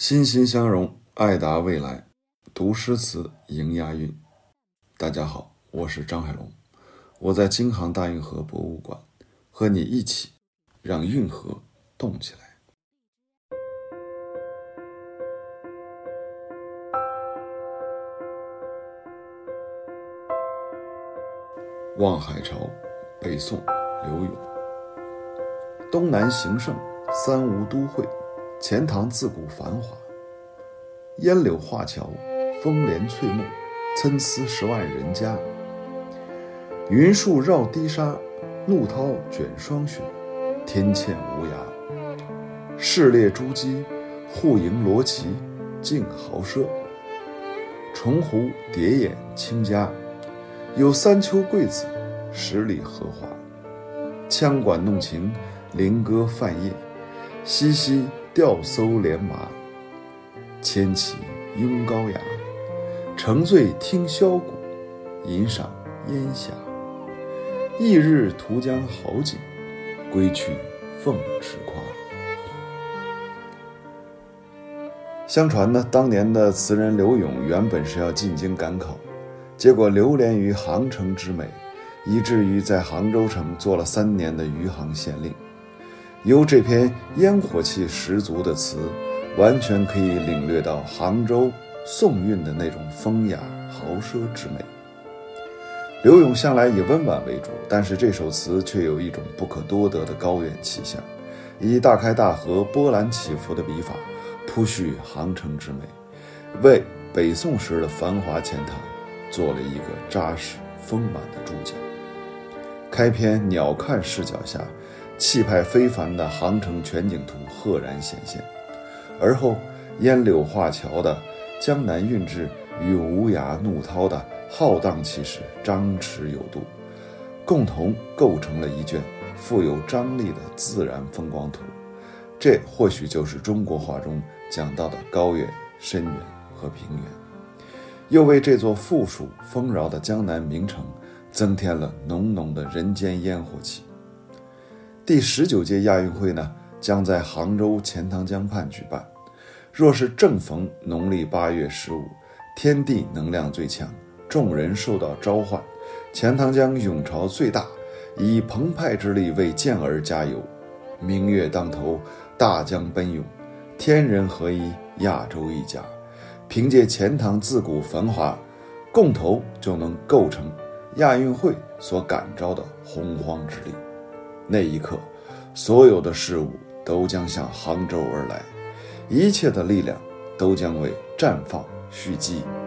欣欣相融，爱达未来，读诗词迎押韵。大家好，我是张海龙，我在京杭大运河博物馆，和你一起让运河动起来。望海潮，北宋，刘永。东南形胜，三吴都会，钱塘自古繁华。烟柳画桥，风帘翠幕，参差10万人家。云树绕低沙，怒涛卷霜雪，天堑无涯。市列珠玑，户盈罗绮，竞豪奢。重湖叠眼清嘉，有三秋桂子，10里荷花。羌管弄晴，菱歌泛夜，嬉嬉钓叟连麻。牵旗拥高崖，乘醉听箫鼓，吟赏烟霞。翌日图江好景，归去凤池夸。相传呢，当年的词人刘永原本是要进京赶考，结果流连于杭城之美，以至于在杭州城做了3年的余杭县令。由这篇烟火气十足的词，完全可以领略到杭州宋韵的那种风雅豪奢之美。刘永向来以温婉为主，但是这首词却有一种不可多得的高远气象，以大开大合、波澜起伏的笔法铺叙杭城之美，为北宋时的繁华钱塘做了一个扎实丰满的注脚。开篇鸟瞰视角下，气派非凡的杭城全景图赫然显现，而后烟柳画桥的江南韵致与无涯怒涛的浩荡气势张弛有度，共同构成了一卷富有张力的自然风光图。这或许就是中国画中讲到的高远、深远和平原，又为这座富庶丰饶的江南名城增添了浓浓的人间烟火气。第19届亚运会呢，将在杭州钱塘江畔举办。若是正逢农历8月15，天地能量最强，众人受到召唤，钱塘江涌潮最大，以澎湃之力为健儿加油。明月当头，大江奔涌，天人合一，亚洲一家。凭借钱塘自古繁华，共头就能构成亚运会所感召的洪荒之力。那一刻，所有的事物都将向杭州而来，一切的力量都将为绽放蓄积。